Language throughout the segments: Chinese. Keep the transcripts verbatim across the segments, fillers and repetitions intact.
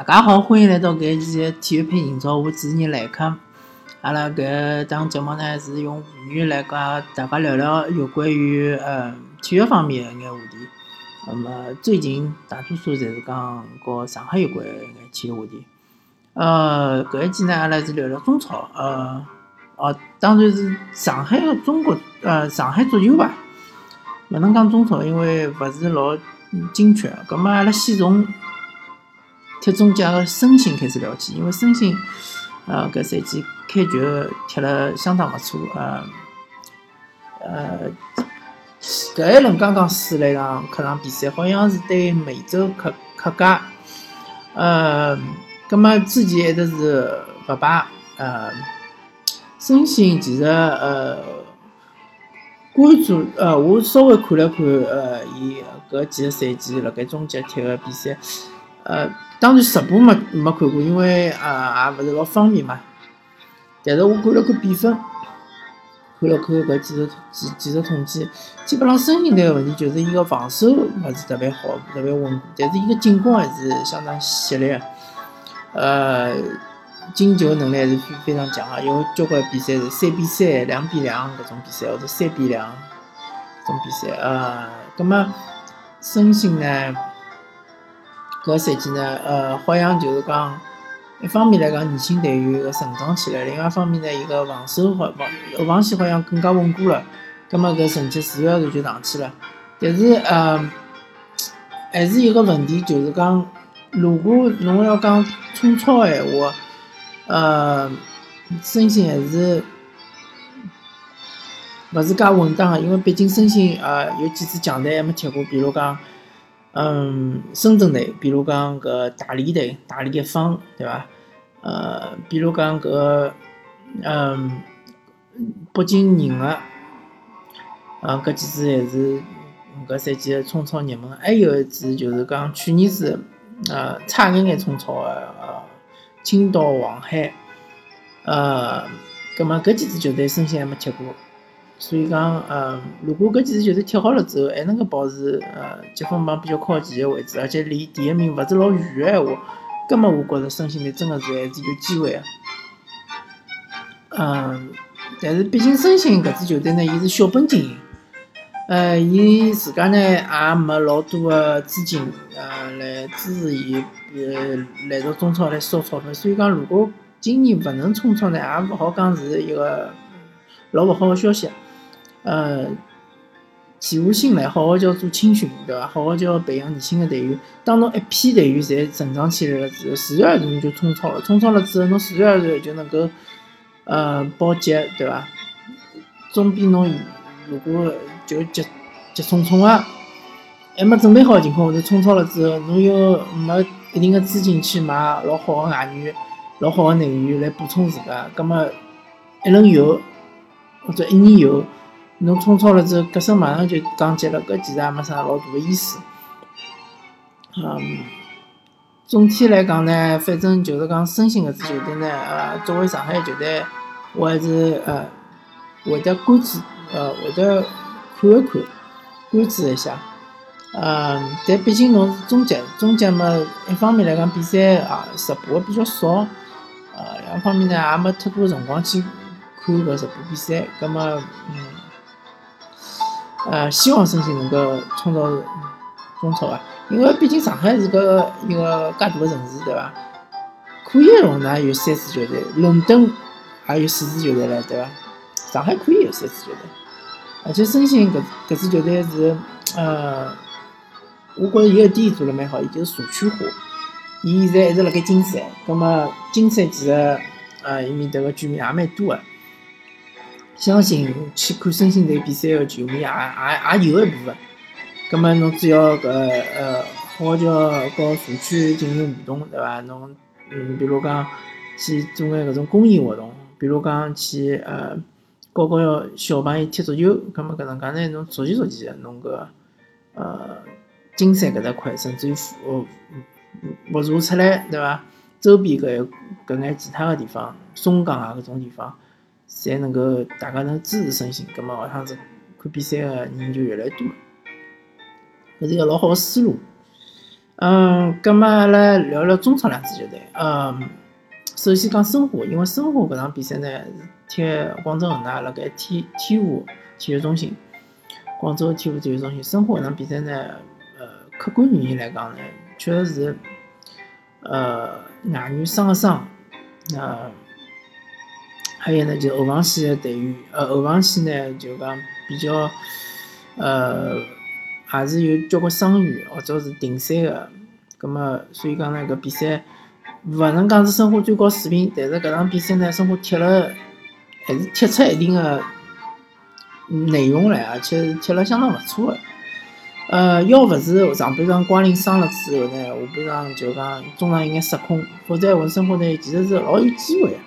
家好，欢迎来到搿一期的体育配营造，我主持人莱克。阿拉搿档节目呢是用妇女来跟大家聊聊有关于呃体育方面的一眼话题。那么最近大多数侪是讲和上海有关的一眼体育话题。呃，搿一期呢，阿拉是聊聊中超。呃，哦，当然是上海的中国呃上海足球吧。勿能讲中超，因为勿是老精确。葛末阿拉先从踢中甲的申鑫开始聊起，因为申鑫呃搿赛季开局踢了相当勿错，呃呃搿一轮刚刚输了一场客场比赛，好像是对梅州客客家，呃，葛末之前一直是勿败，呃，申鑫其实呃关注呃我稍微看了看呃伊搿几个赛季辣盖中甲踢个比赛，呃。当然直播没没看过，因为啊也勿是老方便嘛。但是我看了看比分，看了看搿技术技技术统计，基本上申鑫队个问题就是伊个防守勿是特别好，特别稳固，但是伊个进攻还是相当犀利个。呃，进球能力还是非常强个，有交关比赛是三比三、两比两搿种比赛，或者三比两搿种比赛。呃，葛末申鑫呢？搿赛季呢，呃，好像就是讲，一方面来讲，年轻队员个成长起来；，另外一方面呢，伊个防守好防后防线好像更加稳固了。葛末搿成绩自然而然就上去了。但是，呃，还是一个问题，就是讲，如果侬要讲冲超个闲话，呃，申鑫还是勿是介稳当个，因为毕竟申鑫呃有几支强队还没踢过，比如讲。嗯，深圳队，比如讲搿大连队、大连一方，对伐？呃，比如讲搿嗯北京人个，呃搿几支还是搿赛季的冲超热门。还有一支就是讲去年是呃差眼眼冲超的呃青岛黄海，呃，葛末搿几支球队申鑫还没踢过。所以讲，呃，如果搿几支球队踢好了之后，还能够保持呃积分榜比较靠前的位置，而且离第一名勿是老远的闲话，葛末我觉着申鑫队真的是还是有机会的。嗯，但是毕竟申鑫搿支球队呢，伊是小本经营，呃，伊自家呢也没老多的资金呃来支持伊，呃来到中超来烧钞票，所以讲如果今年勿能冲超呢，也勿好讲是一个老勿好的消息。呃，静下心来，好好叫做青训，对伐？好好叫培养年轻的队员。当侬一批队员侪成长起来了之后，自然而然侬就冲超了。冲超了之后，侬自然而然就能够呃保级，对伐？总比侬如果就急急冲冲啊，还没准备好的情况下头冲超了之后，侬又没一定的资金去买老好的外援、老好的内援来补充自家，葛末一轮游或者一年游。侬冲超了之后，搿身马上就降级了，搿其实也没啥老大的意思。嗯，总体来讲呢，反正就是讲申鑫搿支球队呢，呃，作为上海球队，我还是呃会得关注，呃会得看一看，关注一下。嗯，但毕竟侬是中甲，中甲嘛，一方面来讲比赛啊直播比较少，呃，两方面呢也没太多辰光去看搿直播比赛，葛末嗯。呃，希望申鑫能够冲到中超啊，因为毕竟上海是个一个介大的城市，对伐？可以容纳有三支球队，伦敦也有四支球队了，对伐？上海可以有三支球队，而且申鑫搿搿支球队是呃，我觉着伊个第一做了蛮好，伊就是社区化，伊现在一直辣盖金山，葛末金山其实呃伊面搭个居民也蛮多个。相信去看申鑫队比赛的球迷也也也有一部分，葛末侬只要搿呃好叫和社区进行互动，对伐？侬嗯，比如讲去做眼搿种公益活动，比如讲去呃教教小朋友踢足球，葛末搿能介呢，侬逐渐逐渐侬搿呃金山搿搭块，甚至于复复查出来，对伐？周边搿搿眼其他个地方，松江啊搿种地方。侪能够大家能支持申鑫，葛末下趟子看比赛个人就越来越多，搿是一个老好个思路。 嗯，葛末阿拉聊聊中超两支球队。嗯，首先讲申花，因为申花搿场比赛呢是踢广州恒大辣盖天天湖体育中心，广州天湖体育中心。申花搿场比赛呢，呃，客观原因来讲呢，确实是，呃，外援伤个伤，呃，还有呢，就后防线的队员，呃，后防线呢就讲比较，呃，也是有交关伤员或者是停赛个，葛末所以讲呢，搿比赛勿能讲是申花最高水平，但是搿场比赛呢，申花踢了还是踢出一定个内容来，而且是踢了相当勿错个。呃，要勿是上半场瓜林伤了之后呢，下半场就讲中场有眼失控，否则话申花队其实是老有机会个。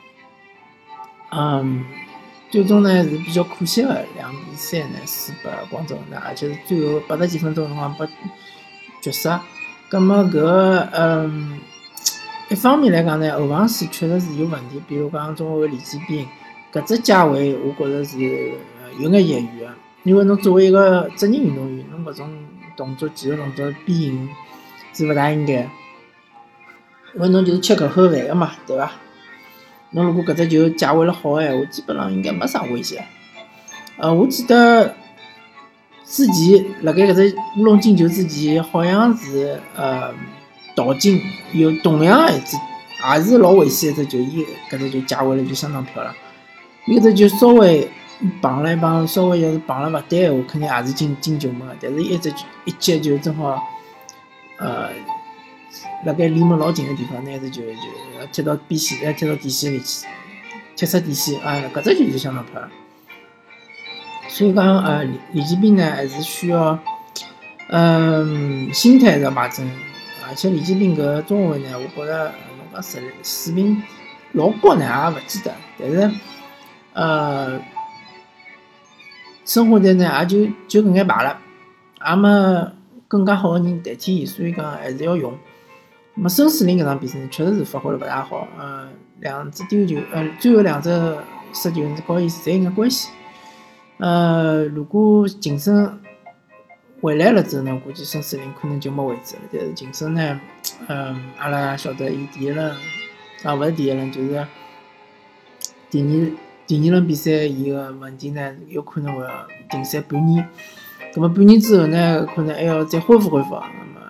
嗯，最终呢是比较可惜的，两比三呢输拨广州恒大，而且是最后八十几分钟辰光被绝杀。葛末搿个嗯，一方面来讲呢，后防线确实是有问题，比如讲中后卫李继斌搿只价位，我觉着是有眼业余的，因为侬作为一个职业运动员，侬搿种动作技术动作变形是勿大应该，因为侬就是吃搿口饭个嘛，对伐？侬如果搿只球价位了好个闲话，基本上应该没啥危险。呃，我记得之前辣盖搿只乌龙进球之前，好像是呃倒进有同样一只，也是老危险一只球，伊搿只球价位了就相当漂亮。伊搿只球稍微碰了一碰，稍微要是碰了勿对闲话，肯定也是进进球门个。但是一只一接就正好，呃。辣盖离门老近个地方，拿只球就踢到边线，呃，踢到底线里去，踢出底线，啊，搿只球就相当漂亮。所以讲，呃，李李继斌呢还是需要，嗯，心态要摆正，而且李继斌搿中后卫呢，我觉着侬讲实力水平老高呢，也勿记得，但是，呃，申花队呢也就就搿眼牌了，也没更加好个人代替伊，所以讲还是要用。那么申世林搿场比赛呢，确实是发挥了勿大好，呃，两只丢球，呃，最后两只失球和伊侪有眼关系。呃，如果晋升回来了之后呢，估计申世林可能就没位置了。但是晋升呢，嗯，阿拉晓得伊第一轮，啊，勿是第一轮，就是第二第二轮比赛，伊个问题呢，有可能会停赛半年。那么半年之后呢，可能还要再恢复恢复。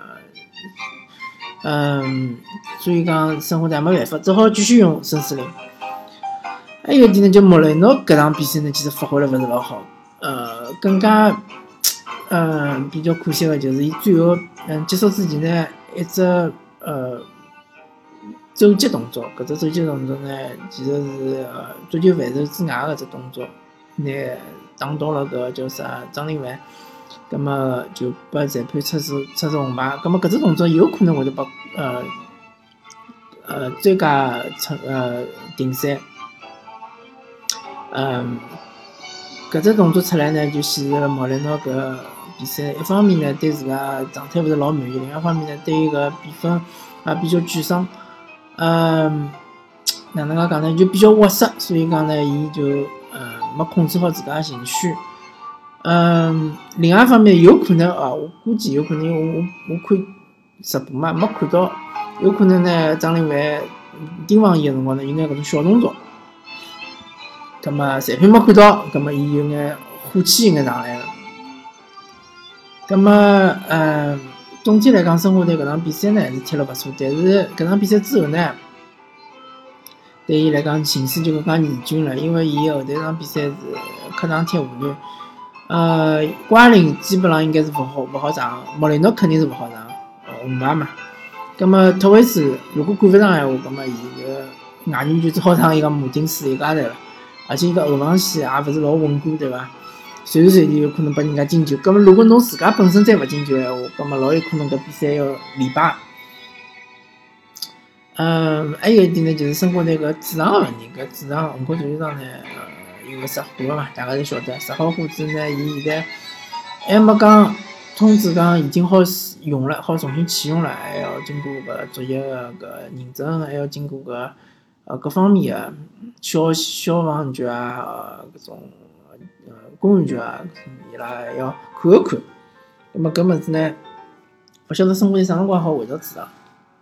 嗯，所以讲申花队没办法，只好继续用申世林。还有一点呢，就莫雷诺搿场比赛呢，其实发挥了勿是老好。呃，更加呃比较可惜的就是伊最后嗯结束之前呢，一只呃肘击动作，搿只肘击动作呢，其实是呃足球范畴之外的只动作，拿打到了搿叫啥张琳芃。葛么就拨裁判出示出示红牌，葛么搿只动作有可能会得拨呃呃专家惩呃停赛。嗯，搿只动作出来呢，就显示了莫雷诺搿比赛一方面呢对自家状态勿是老满意，另一方面呢对伊搿比分也比较沮丧。嗯，哪能介讲呢？就比较窝塞，所以讲呢，伊就呃没控制好自家情绪。嗯，另外一方面有可能啊，我估计有可能我我我看直播嘛，没看到，有可能呢张琳芃盯防伊个辰光呢，有眼搿种小动作，葛末裁判没看到，葛末伊有眼火气有眼上来了。葛末嗯，总体来讲，申花队搿场比赛呢还是踢了勿错，但是搿场比赛之后呢，对伊来讲形势就更加严峻了，因为伊后头场比赛是客场踢湖南。呃，瓜林基本上应该是勿好勿好上，莫雷诺肯定是勿好上，红牌嘛。葛末托维斯如果赶勿上闲话，葛末伊个外援就只好上伊个马丁斯一家头了，而且伊个后防线也勿是老稳固，对伐？随时随地有可能拨人家进球。葛末如果侬自家本身再勿进球闲话，葛末老有可能搿比赛要连败。嗯，还有一点呢，就是申花队搿主场个问题，搿主场虹口足球场呢。有个石虎嘛，大家侪晓得。十号虎子呢，伊现在还没讲通知讲已经好用了，好重新启用了，还要经过搿作业个搿认证，还要经过搿呃各方面个消消防局啊，搿种呃公安局啊，伊拉要看一看。那么搿物事呢， 勿晓得申花队啥辰光好回到主场。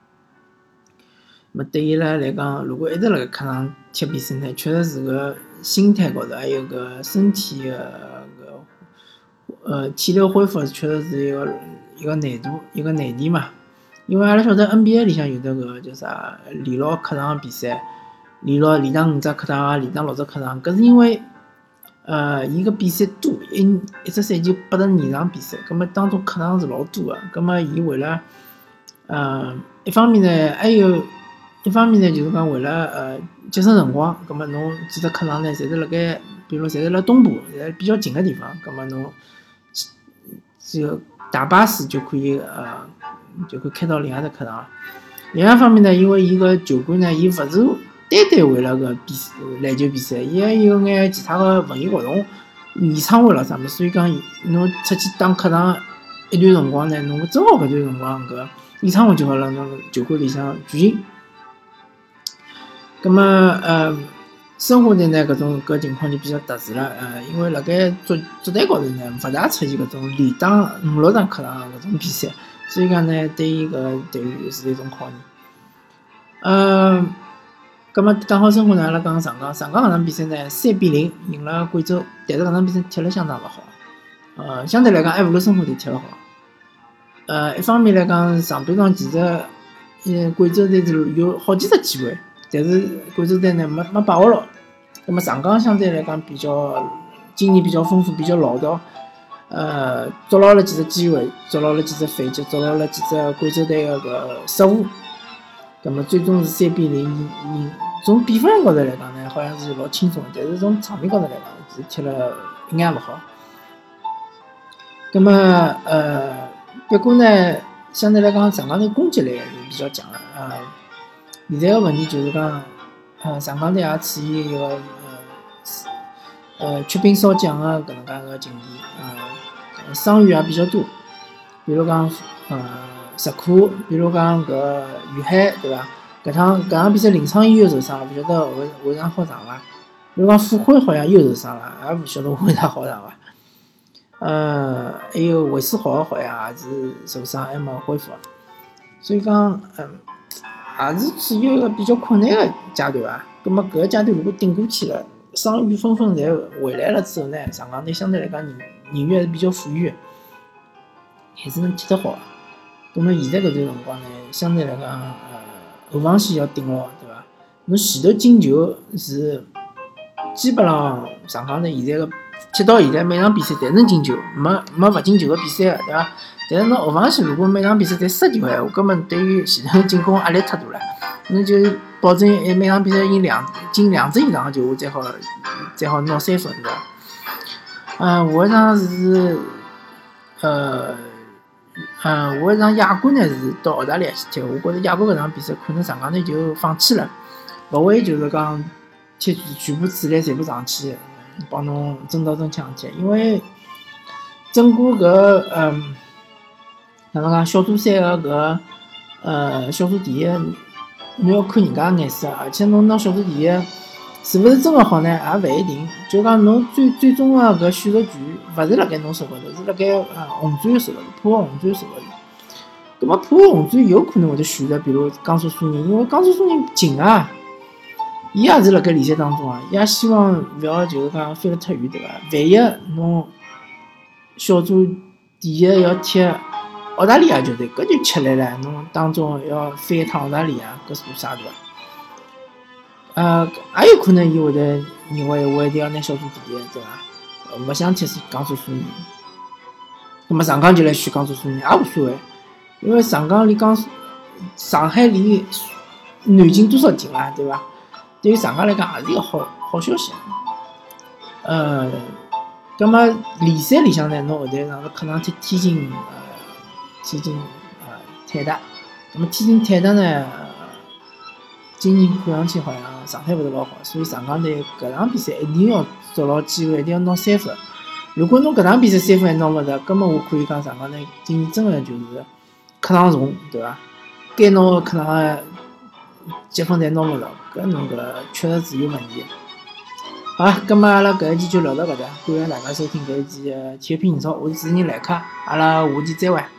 那么对伊拉来讲，如果一直辣盖客场踢比赛呢，确实是个心态高头，还有个身体个个呃体力恢复，确实是一个一个难度，一个难题嘛。因为阿拉晓得 N B A 里向有得个叫啥连牢客场比赛，连牢连打五只客场啊，连打六只客场，搿是因为呃伊个比赛多，一一只赛季八十二场比赛，葛末当中客场是老多个，葛末伊为了呃一方面呢，还有一方面呢，就是讲为了呃节省辰光，葛末侬几只客场呢，侪是辣盖，比如侪是辣东部，侪是比较近个地方，葛末侬就打巴士就可以呃。就可以开到另外只客场。另外一方面呢，因为伊个球馆呢，伊勿是单单为了个比篮球比赛，伊还有眼其他个文艺活动、演唱会咾啥物，所以讲侬出去打客场一段辰光呢，侬正好搿段辰光搿演唱会就好辣侬球馆里向举行。葛末呃，申花队呢搿种搿情况就比较特殊了，呃，因为辣盖足足坛高头呢，勿大出现搿种连打五六场客场搿种比赛。所以讲呢，对伊个队员是一种考验。呃，葛末讲好申花呢，阿拉讲上港，上港搿场比赛呢，三比零赢了贵州，但是搿场比赛踢了相当勿好。呃，相对来讲还勿如申花队踢了好。呃，一方面来讲，上半场其实，呃，贵州队是有好几只机会，但是贵州队呢没没把握牢。葛末上港相对来讲比较经验比较丰富，比较老道。呃，捉牢了几只机会，捉牢了几只反击，捉牢了几只贵州队的个失误，那么最终是三比零赢赢。从比分高头来讲呢，好像是老轻松，但是从场面高头来讲，是踢了一眼勿好。那么呃，不过呢，相对来讲，上港队攻击力是比较强的啊。现在个问题就是讲，呃，上港队也处于一个呃呃缺兵少将的搿能介个境地啊。伤员也比较多，比如讲呃石库，比如讲搿于海，对伐？搿场搿场比赛林昌义又受伤了，勿晓得下下场好上伐？比如讲傅辉好像又受伤了，也勿晓得下场好上伐？呃，还有韦世豪好像也是受伤还没恢复，所以讲嗯，也是处于一个比较困难个阶段伐？葛末搿个阶段如果顶过去了，伤员纷纷侪回来了之后呢，上港队相对来讲人人员还是比较富裕的，还是能踢得好。咁么现在搿段辰光呢，相对来讲，呃，后防线要顶牢，对伐？侬前头进球是基本上上港队现在个踢到现在每场比赛侪能进球，没没勿进球个比赛个，对伐？但是侬后防线如果每场比赛侪失球个闲话，根本对于前头进攻压力太大了，侬就保证每场比赛赢两进两只以上个球，才好才好拿三分，对伐？呃，我一场是，呃，呃，我一场亚冠呢是到澳大利亚去踢，我觉着亚冠搿场比赛可能上港队就放弃了，勿会就是讲踢全部主力全部上去，帮侬争到争抢踢，因为整个搿嗯，哪能讲小组赛个搿呃小组第一，侬要看人家颜色，而且侬拿小组第一。是勿是真个好呢？也勿一定。就讲侬最最终个搿选择权，勿是辣盖侬手高头，是辣盖呃红钻手高头，浦和红钻手高头。葛末浦和红钻有可能会得选择，比如江苏苏宁，因为江苏苏宁近啊，伊也是辣盖联赛当中啊，伊也希望勿要就是讲飞得太远，对伐？万一侬小组第一要踢澳大利亚球队，搿就吃力了。侬当中要飞一趟澳大利亚，搿是啥对伐？呃，也有可能伊会得认为我一定要拿小组第一，对伐？勿想踢江苏苏宁，那么上港就来选江苏苏宁也无所谓，因为上港离江苏、上海离南京多少近啊，对伐？对于上港来讲也是一个好好消息。呃，葛么联赛里向呢，侬后头上是客场踢天津，呃，天津呃泰达，那么天津泰达呢？今年看上去好像状态勿是老好，所以上港队搿场比赛一定要捉牢机会，一定要拿三分。如果侬搿场比赛三分还拿勿着，根本我可以讲上港队今年真个就是客场重，对伐？该拿个客场个积分侪拿勿着，搿侬搿确实是有问题。好，葛末阿拉搿一期就聊到搿搭，感谢大家收听搿一期的体育拼英超，我是主持人莱克，阿拉下期再会。